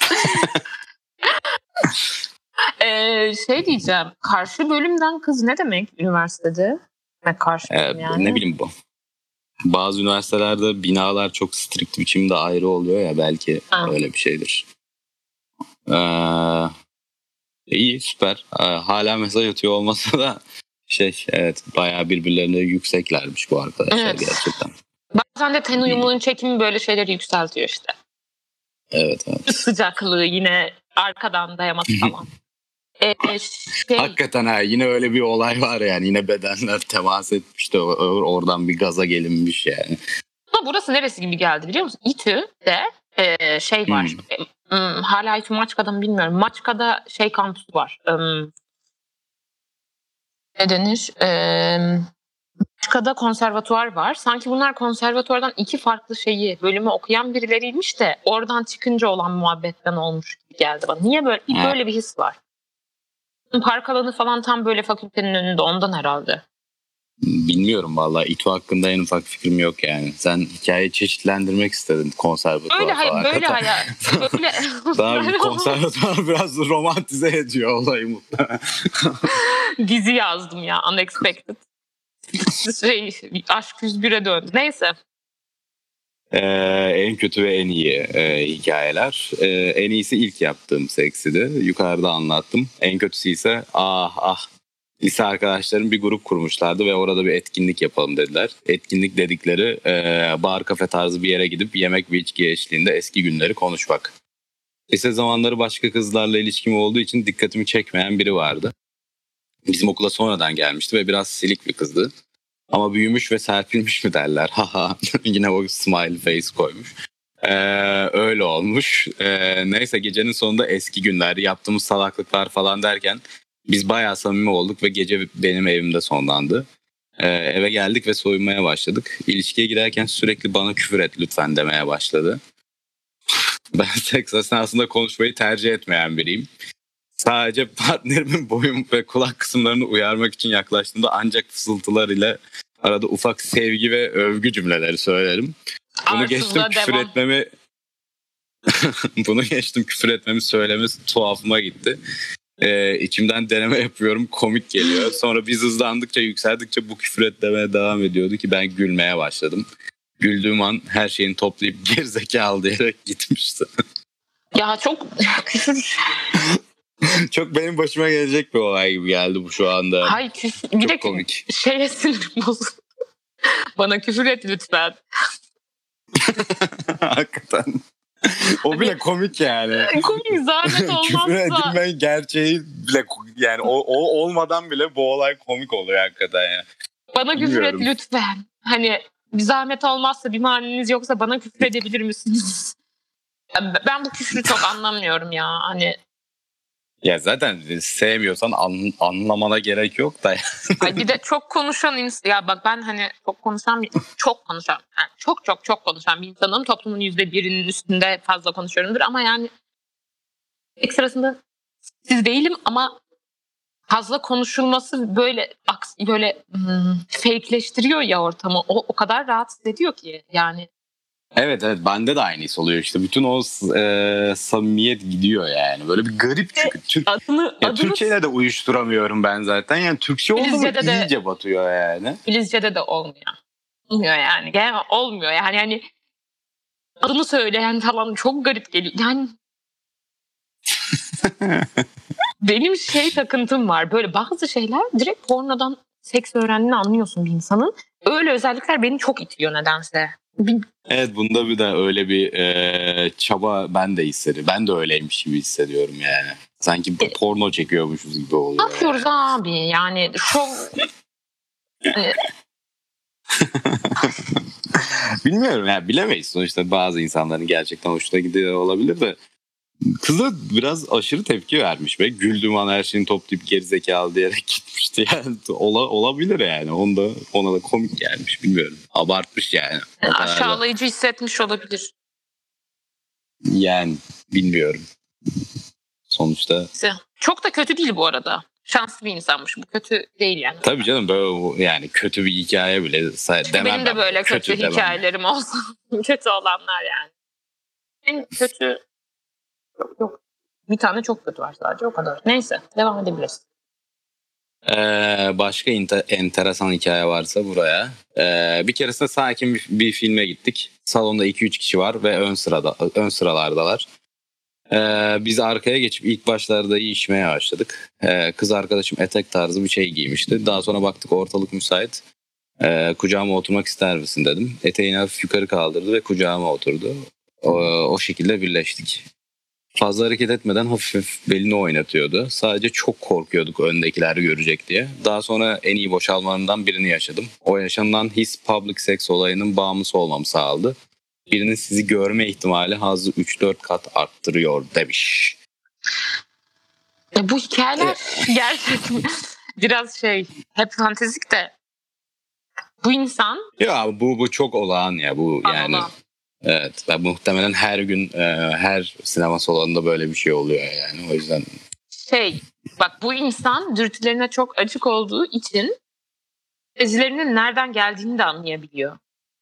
ee, şey diyeceğim. Karşı bölümden kız ne demek üniversitede? Ne karşı e, bölüm yani? Ne bileyim bu. Bazı üniversitelerde binalar çok strict biçimde ayrı oluyor ya belki Ha. öyle bir şeydir. Ee, iyi süper. Ee, hala mesaj atıyor olmasa da şey evet bayağı birbirlerine yükseklermiş bu arkadaşlar Evet. gerçekten. Bazen de ten uyumunun çekimi böyle şeyleri yükseltiyor işte. Evet evet. Sıcaklığı yine arkadan dayaması falan. Ee, şey, Hakikaten ha yine öyle bir olay var yani yine bedenler temas etmiş de or- oradan bir gaza gelinmiş yani. ama burası neresi gibi geldi biliyor musun? İTÜ'de e, şey var. Hmm. Hmm, hala İTÜ Maçka'da mı bilmiyorum. Maçka'da şey kampüsü var. Um, ne denir? Ee, Maçka'da konservatuvar var. Sanki bunlar konservatuvardan iki farklı şeyi, bölümü okuyan birileriymiş de oradan çıkınca olan muhabbetten olmuş gibi geldi bana. Niye böyle? Bir Ha. böyle bir his var. Park alanı falan tam böyle fakültenin önünde ondan herhalde. Bilmiyorum vallahi İTÜ hakkında en ufak fikrim yok yani. Sen hikayeyi çeşitlendirmek istedin konservatuvar Öyle falan. hayır, böyle Hakikaten. hayal. Böyle. Daha bir konservatuvar biraz romantize ediyor olayı muhtemelen. Dizi yazdım ya, unexpected. Şey, aşk yüz bire döndü. Neyse. Ee, en kötü ve en iyi e, hikayeler. Ee, en iyisi ilk yaptığım seksiydi. Yukarıda anlattım. En kötüsü ise ah ah. Lise arkadaşlarım bir grup kurmuşlardı ve orada bir etkinlik yapalım dediler. Etkinlik dedikleri e, bar kafe tarzı bir yere gidip yemek ve içki eşliğinde eski günleri konuşmak. Lise zamanları başka kızlarla ilişkim olduğu için dikkatimi çekmeyen biri vardı. Bizim okula sonradan gelmişti ve biraz silik bir kızdı. Ama büyümüş ve serpilmiş mi derler? Haha. Yine o smile face koymuş. Ee, öyle olmuş. Ee, neyse gecenin sonunda eski günler, yaptığımız salaklıklar falan derken biz bayağı samimi olduk ve gece benim evimde sonlandı. Ee, eve geldik ve soyunmaya başladık. İlişkiye girerken sürekli bana küfür et lütfen demeye başladı. Ben seks esnasında konuşmayı tercih etmeyen biriyim. Sadece partnerimin boyun ve kulak kısımlarını uyarmak için yaklaştığımda ancak fısıltılar ile arada ufak sevgi ve övgü cümleleri söylerim. Bunu Arsızlığa geçtim küfür devam. etmemi bunu geçtim küfür etmemi söylemesi tuhafıma gitti. Ee, içimden deneme yapıyorum, komik geliyor. Sonra biz hızlandıkça yükseldikçe bu küfür et demeye devam ediyordu ki ben gülmeye başladım. Güldüğüm an her şeyini toplayıp gerizekalı diyerek gitmişti. Ya çok küfür. Çok benim başıma gelecek bir olay gibi geldi bu şu anda. Hay küfür. Bir Çok de komik. şeye sinirim bozuldu. Bana küfür et lütfen. Hakikaten. O bile komik yani. Komik zahmet Küfür olmazsa. edilmeyen gerçeği bile yani o, o olmadan bile bu olay komik oluyor hakikaten ya. Bana küfür et Bilmiyorum. lütfen. Hani bir zahmet olmazsa, bir maniniz yoksa bana küfür edebilir misiniz? Ben bu küfrü çok anlamıyorum ya. Hani Ya zaten sevmiyorsan an, anlamana gerek yok da. ay bir de çok konuşan insan. Ya bak ben hani çok konuşan bir, çok konuşan. Yani çok çok çok konuşan bir insanım. Toplumun yüzde birinin üstünde fazla konuşuyorumdur ama yani ilk sırasında siz değilim ama fazla konuşulması böyle böyle hmm, fakeleştiriyor ya ortamı. O, o kadar rahatsız ediyor ki yani. Evet evet bende de aynı his oluyor işte. Bütün o e, samimiyet gidiyor yani. Böyle bir garip çünkü. Türk, Adını, ya adını Türkçeyle de uyuşturamıyorum ben zaten. Yani Türkçe oldu mu İngilizce'de de- iyice batıyor yani. İngilizce'de de olmuyor. Olmuyor yani. Genel olmuyor yani. Yani adını söyleyen falan çok garip geliyor. Yani benim şey takıntım var. Böyle bazı şeyler direkt pornodan seks öğrendiğini anlıyorsun bir insanın. Öyle özellikler beni çok itiyor nedense. Bir... Evet, bunda bir de öyle bir e, çaba ben de hissediyorum. Ben de öyleymiş gibi hissediyorum yani. Sanki E, porno çekiyormuşuz gibi oluyor. Ne yapıyoruz yani abi? Yani şov... e... Bilmiyorum yani, bilemeyiz. Sonuçta bazı insanların gerçekten hoşuna gidiyor olabilir de. Kız da biraz aşırı tepki vermiş ve güldüğüm an her şeyini toplayıp gerizekalı diyerek gitmişti. Yani Ola, olabilir yani. Onda, ona da komik gelmiş, bilmiyorum. Abartmış yani. O kadar da- Aşağılayıcı hissetmiş olabilir. Yani bilmiyorum. Sonuçta Çok da kötü değil bu arada. Şanslı bir insanmış. Bu kötü değil yani. tabii canım, böyle yani kötü bir hikaye bile say- Çünkü demem benim de ben. böyle kötü, demem. hikayelerim olsun. Kötü olanlar yani. En kötü yok, yok. Bir tane çok kötü var sadece, o kadar. Neyse, devam edebiliriz. Ee, başka inter- enteresan hikaye varsa buraya. Ee, bir keresinde sakin bir, bir filme gittik. Salonda iki üç kişi var ve ön sırada ön sıralardalar. Ee, biz arkaya geçip ilk başlarda iyi içmeye başladık. Ee, kız arkadaşım etek tarzı bir şey giymişti. Daha sonra baktık ortalık müsait. Ee, kucağıma oturmak ister misin dedim. Eteğini hafif yukarı kaldırdı ve kucağıma oturdu. O, o şekilde birleştik. Fazla hareket etmeden hafif hafif belini oynatıyordu. Sadece çok korkuyorduk öndekiler görecek diye. Daha sonra en iyi boşalmalarından birini yaşadım. O yaşanılan his public sex olayının bağımlısı olmamı sağladı. Birinin sizi görme ihtimali hazzı üç dört kat arttırıyor demiş. Ya bu hikayeler gerçekten biraz şey, hep fantezik de bu insan... Ya bu bu çok olağan ya bu yani. Anladım. Evet, ve muhtemelen her gün e, her sinema salonunda böyle bir şey oluyor yani, o yüzden. Şey, bak bu insan dürtülerine çok açık olduğu için sezilerinin nereden geldiğini de anlayabiliyor.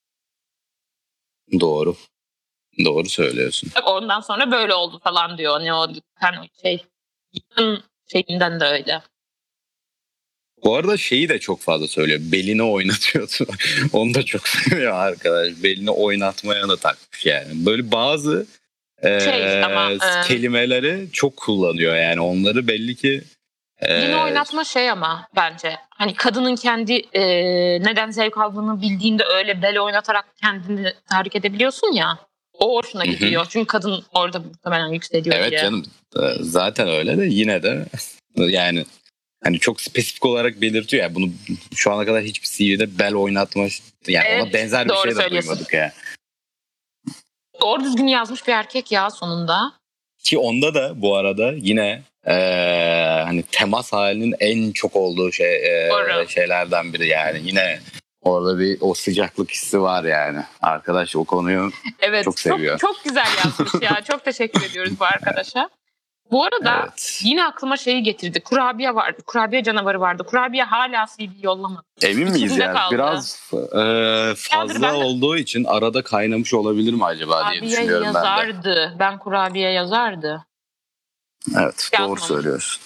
Doğru. Doğru söylüyorsun. Ondan sonra böyle oldu falan diyor. Ne o hani şey yıkın şeyinden de öyle. Bu arada şeyi de çok fazla söylüyor. Belini oynatıyordu. Onu da çok seviyor arkadaş. Belini oynatmaya da takmış yani. Böyle bazı Şey, e, ama, e, kelimeleri çok kullanıyor yani. Onları belli ki e, Belini oynatma şey ama bence hani kadının kendi e, neden zevk aldığını bildiğinde öyle bel oynatarak kendini tahrik edebiliyorsun ya. O hoşuna gidiyor. Çünkü kadın orada muhtemelen yükseliyor evet diye. canım, e, zaten öyle de yine de yani hani çok spesifik olarak belirtiyor ya, bunu şu ana kadar hiçbir C V'de bel oynatma yani Evet, ona benzer bir doğru şey de söylüyorsun. duymadık ya. Doğru düzgün yazmış bir erkek ya sonunda. Ki onda da bu arada yine eee, hani temas halinin en çok olduğu şey eee, Doğru. şeylerden biri yani. Yine orada bir o sıcaklık hissi var yani. Arkadaş o konuyu Evet, çok seviyor. Çok, çok güzel yazmış ya. Çok teşekkür ediyoruz bu arkadaşa. Bu arada Evet. yine aklıma şeyi getirdi. Kurabiye vardı. Kurabiye canavarı vardı. Kurabiye hala C D yollamadı. Emin miyiz İçinde ya? kaldı. Biraz eee, fazla ben de- olduğu için arada kaynamış olabilir mi acaba diye Kurabiye düşünüyorum ben de. yazardı. Ben kurabiye yazardı. Evet, doğru Yazmamış. söylüyorsun.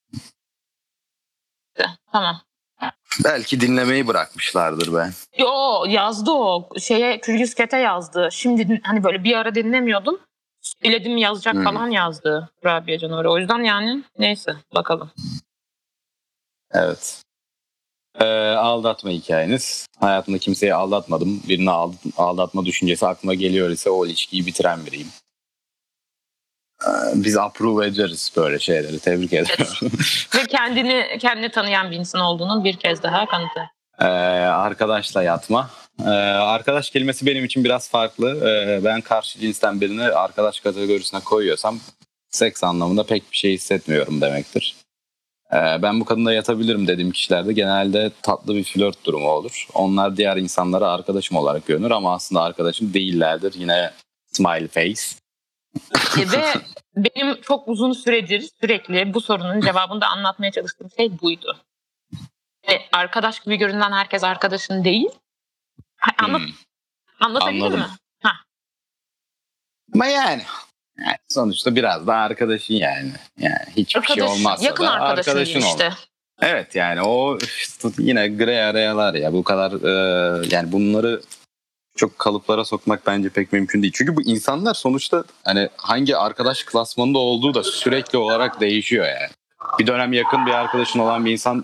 Tamam. Belki dinlemeyi bırakmışlardır be. Yo, yazdı o. Şeye Kürgüz Ket'e yazdı. Şimdi hani böyle bir ara dinlemiyordum. Söyledim yazacak Hmm. falan yazdı kurabiye canavarı. O yüzden yani neyse bakalım. Evet. Ee, aldatma hikayeniz. Hayatımda kimseyi aldatmadım. Birini aldatma düşüncesi aklıma geliyor ise o ilişkiyi bitiren biriyim. Ee, biz approve ederiz böyle şeyleri. Tebrik ederim. Ve kendini kendini tanıyan bir insan olduğunun bir kez daha kanıtı. Ee, arkadaşla yatma. Ee, arkadaş kelimesi benim için biraz farklı. Ee, ben karşı cinsten birini arkadaş kategorisine koyuyorsam seks anlamında pek bir şey hissetmiyorum demektir. Ben bu kadınla yatabilirim dediğim kişilerde genelde tatlı bir flört durumu olur. Onlar diğer insanlara arkadaşım olarak görünür ama aslında arkadaşım değillerdir. Yine smile face. Ve benim çok uzun süredir sürekli bu sorunun cevabını da anlatmaya çalıştığım şey buydu. Ve arkadaş gibi görünen herkes arkadaşın değil. Anlat, Hmm. Anlatabildim Anladım. mi? Ha. Ama yani, yani sonuçta biraz da arkadaşın yani. Yani hiçbir Arkadaş, şey olmazsa yakın da arkadaşın arkadaşın diyeyim işte. olur. Evet yani o işte yine grey arealar ya, bu kadar e, yani bunları çok kalıplara sokmak bence pek mümkün değil. Çünkü bu insanlar sonuçta hani hangi arkadaş klasmanında olduğu da sürekli olarak değişiyor yani. Bir dönem yakın bir arkadaşın olan bir insan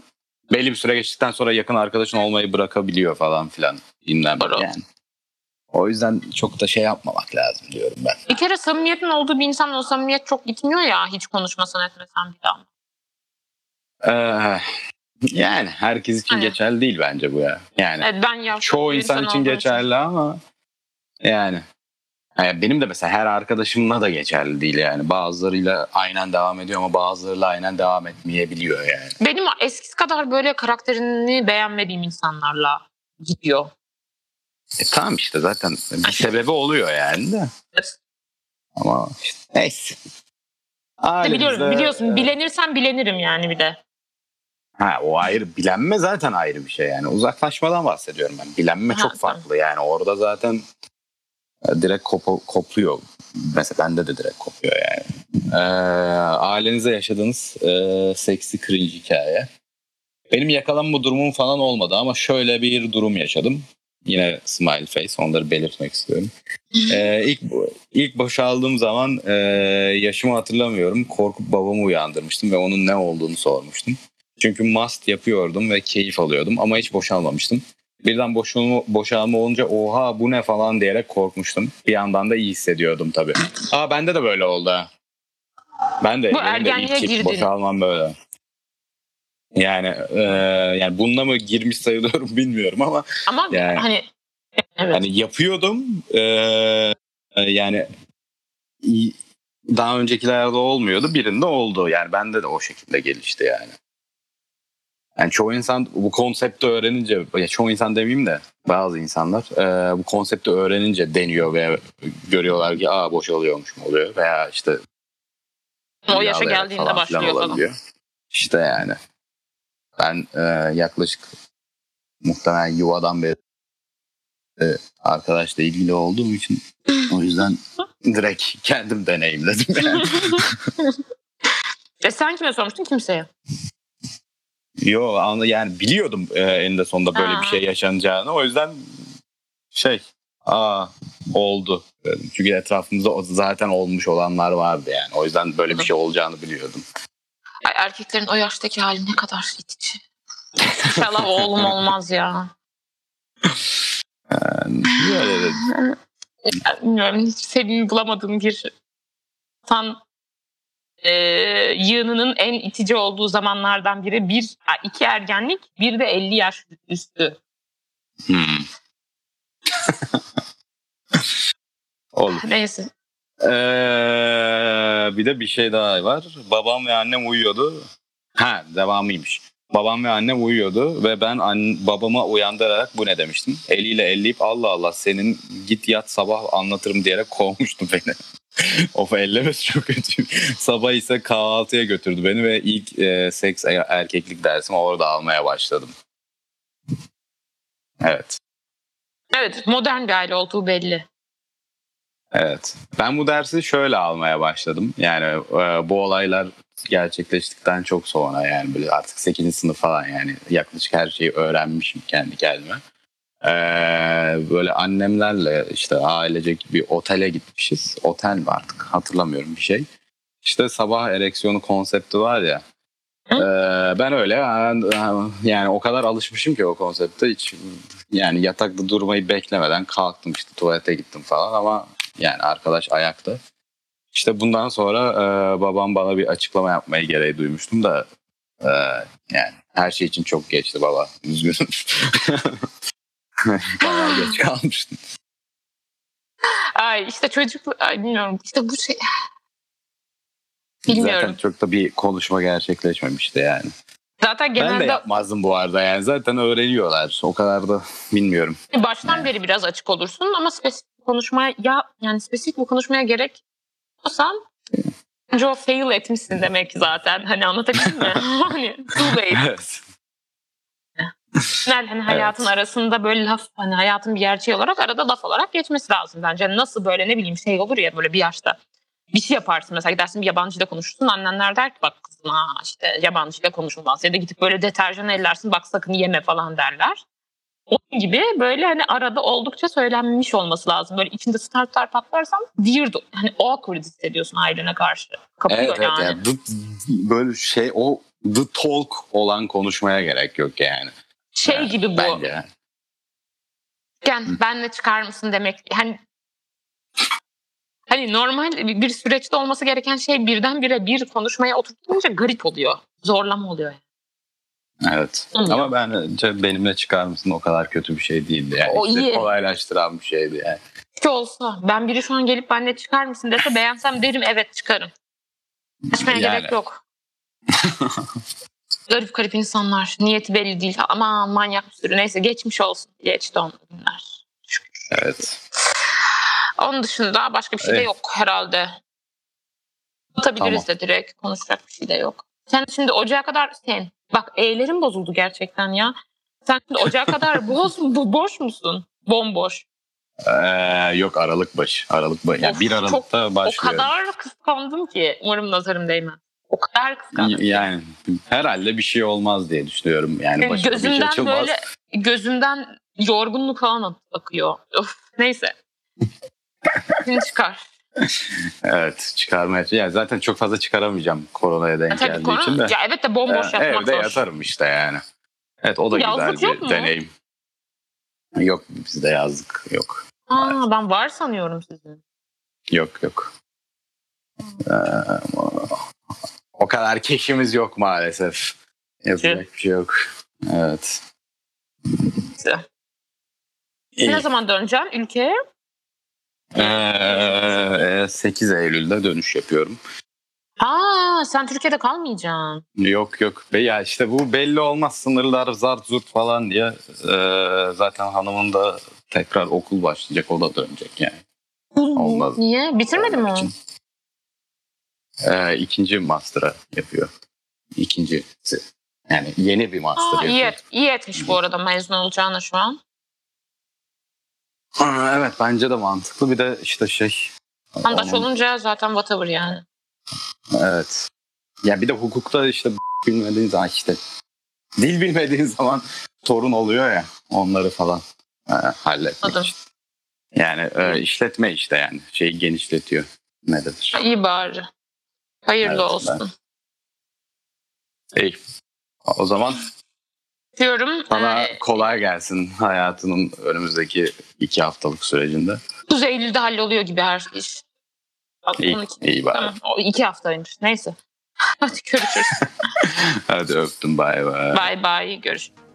belli bir süre geçtikten sonra yakın arkadaşın olmayı bırakabiliyor falan filan. Bilmem yani. O yüzden çok da şey yapmamak lazım diyorum ben. Bir kere samimiyetin olduğu bir insanla o samimiyet çok gitmiyor ya, hiç konuşmasan etmesen bir daha. Ee, yani herkes için Aynen. geçerli değil bence bu ya. Yani Evet, ben çoğu insan, insan için geçerli için. Ama yani. yani benim de mesela her arkadaşımla da geçerli değil yani. Bazılarıyla aynen devam ediyor ama bazılarıyla aynen devam etmeyebiliyor yani. Benim eskisi kadar böyle karakterini beğenmediğim insanlarla gidiyor. E tamam işte zaten bir sebebi oluyor yani de. Evet. Ama işte neyse. Ailemizde, biliyorum biliyorsun bilenirsen bilenirim yani bir de. Ha o ayrı, bilenme zaten ayrı bir şey yani. Uzaklaşmadan bahsediyorum ben. Bilenme ha, çok farklı tamam. Yani orada zaten direkt kopu, kopuyor. Mesela bende de direkt kopuyor yani. Ee, ailenize yaşadığınız e, seksi cringe hikaye. Benim yakalanma durumum falan olmadı ama şöyle bir durum yaşadım. Yine smile face, onları belirtmek istiyorum. ee, ilk, ilk boşaldığım zaman e, yaşımı hatırlamıyorum. Korkup babamı uyandırmıştım ve onun ne olduğunu sormuştum. Çünkü must yapıyordum ve keyif alıyordum ama hiç boşalmamıştım. Birden boşalma, boşalma olunca oha bu ne falan diyerek korkmuştum. Bir yandan da iyi hissediyordum tabii. Aa bende de böyle oldu. Ben de, bu ergenliğe girdin. Boşalmam böyle. Yani e, yani bununla mı girmiş sayılıyorum bilmiyorum ama ama yani, hani evet. Hani yapıyordum e, yani daha öncekilerde olmuyordu, birinde oldu yani bende de o şekilde gelişti yani. Yani çoğu insan bu konsepti öğrenince, ya çoğu insan demeyeyim de bazı insanlar e, bu konsepti öğrenince deniyor ve görüyorlar ki aa boşalıyormuş mu oluyor veya işte o yaşa geldiğinde falan başlıyor falan. İşte yani ben e, yaklaşık muhtemelen yuvadan beri e, arkadaşla ilgili olduğum için o yüzden direkt kendim deneyimledim yani. E sen kime sormuştun? Kimseye? Yo yani biliyordum e, eninde sonunda böyle Aa. bir şey yaşanacağını. O yüzden şey aa oldu dedim. Çünkü etrafımızda zaten olmuş olanlar vardı yani. O yüzden böyle bir şey olacağını biliyordum. Ay, erkeklerin o yaştaki hali ne kadar itici. İnşallah oğlum olmaz ya. Yani, böyle dedim. Bilmiyorum, hiç sevdiğimi bulamadığım bir tan e, yığınının en itici olduğu zamanlardan biri. Bir, iki ergenlik, bir de elli yaş üstü. Hmm. Olur. Neyse. Ee, bir de bir şey daha var. Babam ve annem uyuyordu. Ha devamıymış. Babam ve annem uyuyordu ve ben anne, babama uyandırarak bu ne demiştim. Eliyle elleyip Allah Allah senin git yat sabah anlatırım diyerek kovmuştu beni. Of ellemesi çok kötü. Sabah ise kahvaltıya götürdü beni ve ilk e, seks erkeklik dersimi orada almaya başladım. Evet. Evet, modern bir aile olduğu belli. Evet. Ben bu dersi şöyle almaya başladım. Yani e, bu olaylar gerçekleştikten çok sonra yani böyle artık sekizinci sınıf falan yani yaklaşık her şeyi öğrenmişim kendi kendime. Ee, böyle annemlerle işte ailecek bir otele gitmişiz. Otel mi artık hatırlamıyorum bir şey. İşte sabah ereksiyonu konsepti var ya. Ee, ben öyle yani o kadar alışmışım ki o konsepte hiç yani yatakta durmayı beklemeden kalktım işte tuvalete gittim falan ama yani arkadaş ayakta. İşte bundan sonra e, babam bana bir açıklama yapmayı gereği duymuştum da e, yani her şey için çok geçti baba. Üzgünüm. Bayağı geç kalmıştım. Ay işte çocuk ay bilmiyorum işte bu şey bilmiyorum. Zaten çok da bir konuşma gerçekleşmemişti yani. Zaten genelde... Ben de yapmazdım bu arada yani zaten öğreniyorlar o kadar da bilmiyorum. Baştan yani. Beri biraz açık olursun ama spesifik konuşmaya ya yani spesifik bu konuşmaya gerek olsam bence o fail etmişsin demek zaten hani anlatabildim mi? Hani too late. Evet. Yani hani hayatın evet. arasında böyle laf hani hayatın bir gerçeği olarak arada laf olarak geçmesi lazım bence. Yani nasıl böyle ne bileyim şey olur ya böyle bir yaşta bir şey yaparsın mesela gidersin bir yabancıyla konuşursun annenler der ki bak kızım ha işte yabancıyla konuşulmaz ya da gidip böyle deterjan ellersin bak sakın yeme falan derler. Onun gibi böyle hani arada oldukça söylenmiş olması lazım. Böyle içinde star star patlarsan weird hani awkward hissediyorsun ailene karşı. Kapıyor evet, yani. Evet yani. Böyle şey o the talk olan konuşmaya gerek yok yani. Şey yani, gibi bu. Bence. Yani benle çıkar mısın demek. Hani hani normal bir süreçte olması gereken şey birdenbire bir konuşmaya oturtunca garip oluyor. Zorlama oluyor yani. Evet. Olmuyor. Ama bence benimle çıkar mısın o kadar kötü bir şey değildi yani. O İşte iyi. kolaylaştıran bir şeydi yani. Hiç olsa ben biri şu an gelip benle çıkar mısın dese beğensem derim evet çıkarım. Açmaya Yani. gerek yok. Garip garip insanlar. Niyeti belli değil. Ama manyak bir sürü. Neyse geçmiş olsun. Geçti on günler. Şükür. Evet. Onun dışında başka bir şey de Evet. yok herhalde. Atabiliriz Tamam. de direkt. Konuşacak bir şey de yok. Sen şimdi ocağa kadar sen. Bak E'lerim bozuldu gerçekten ya. Sen şimdi ocağa kadar boş, bo- boş musun? Bomboş. Ee, yok Aralık başı. Aralık başı. Yani Of, bir Aralık'ta çok, başlıyor. O kadar kıskandım ki. Umarım nazarım değmez. O kadar kıskandım ki. Yani herhalde bir şey olmaz diye düşünüyorum. Yani Yani başıma bir şey gözümden açılmaz. böyle gözümden yorgunluk falan akıyor. Of, neyse. Şimdi çıkar. Evet çıkarmaya. Yani zaten çok fazla çıkaramayacağım koronaya denk Tabii geldiği konu. için de. Ya evet de bomboş Ee, yatmak evde zor. yatarım işte yani. Evet o da Yazlık güzel yok bir mu? deneyim. Yok bizde yazlık yok. Aa, ben var sanıyorum sizin. Yok yok. Ee, o kadar keşimiz yok maalesef. Yapacak bir şey yok. Evet. İyi. Ne zaman döneceksin ülkeye? Ee, sekiz Eylül'de dönüş yapıyorum. Aa, sen Türkiye'de kalmayacaksın. Yok yok. Be ya işte bu belli olmaz sınırlar zart zurt falan diye. Ee, zaten hanımın da tekrar okul başlayacak. O da dönecek yani. Olmaz. Niye? Bitirmedin mi o? için. Ee, ikinci master'a yapıyor. İkincisi. Yani yeni bir master Aa, iyi, yapıyor. et, iyi etmiş bu arada mezun olacağına şu an. Aa, evet bence de mantıklı. Bir de işte şey. Handaş onun- olunca zaten whatever yani. Evet. Ya bir de hukukta işte bilmediğin zaman işte dil bilmediğin zaman sorun oluyor ya onları falan e, halletmek Anladım. için. Yani e, işletme işte yani şeyi genişletiyor. Ne denir? İyi bari. Hayırlı Evet, olsun. İyi. O zaman Diyorum. sana E, kolay gelsin hayatının önümüzdeki iki haftalık sürecinde. dokuz Eylül'de halloluyor gibi her iş. İyi, on iki. iyi bari. Tamam. O iki haftaymış. Neyse. Hadi görüşürüz. Hadi öptüm bay bay. Bye bye. Görüşürüz.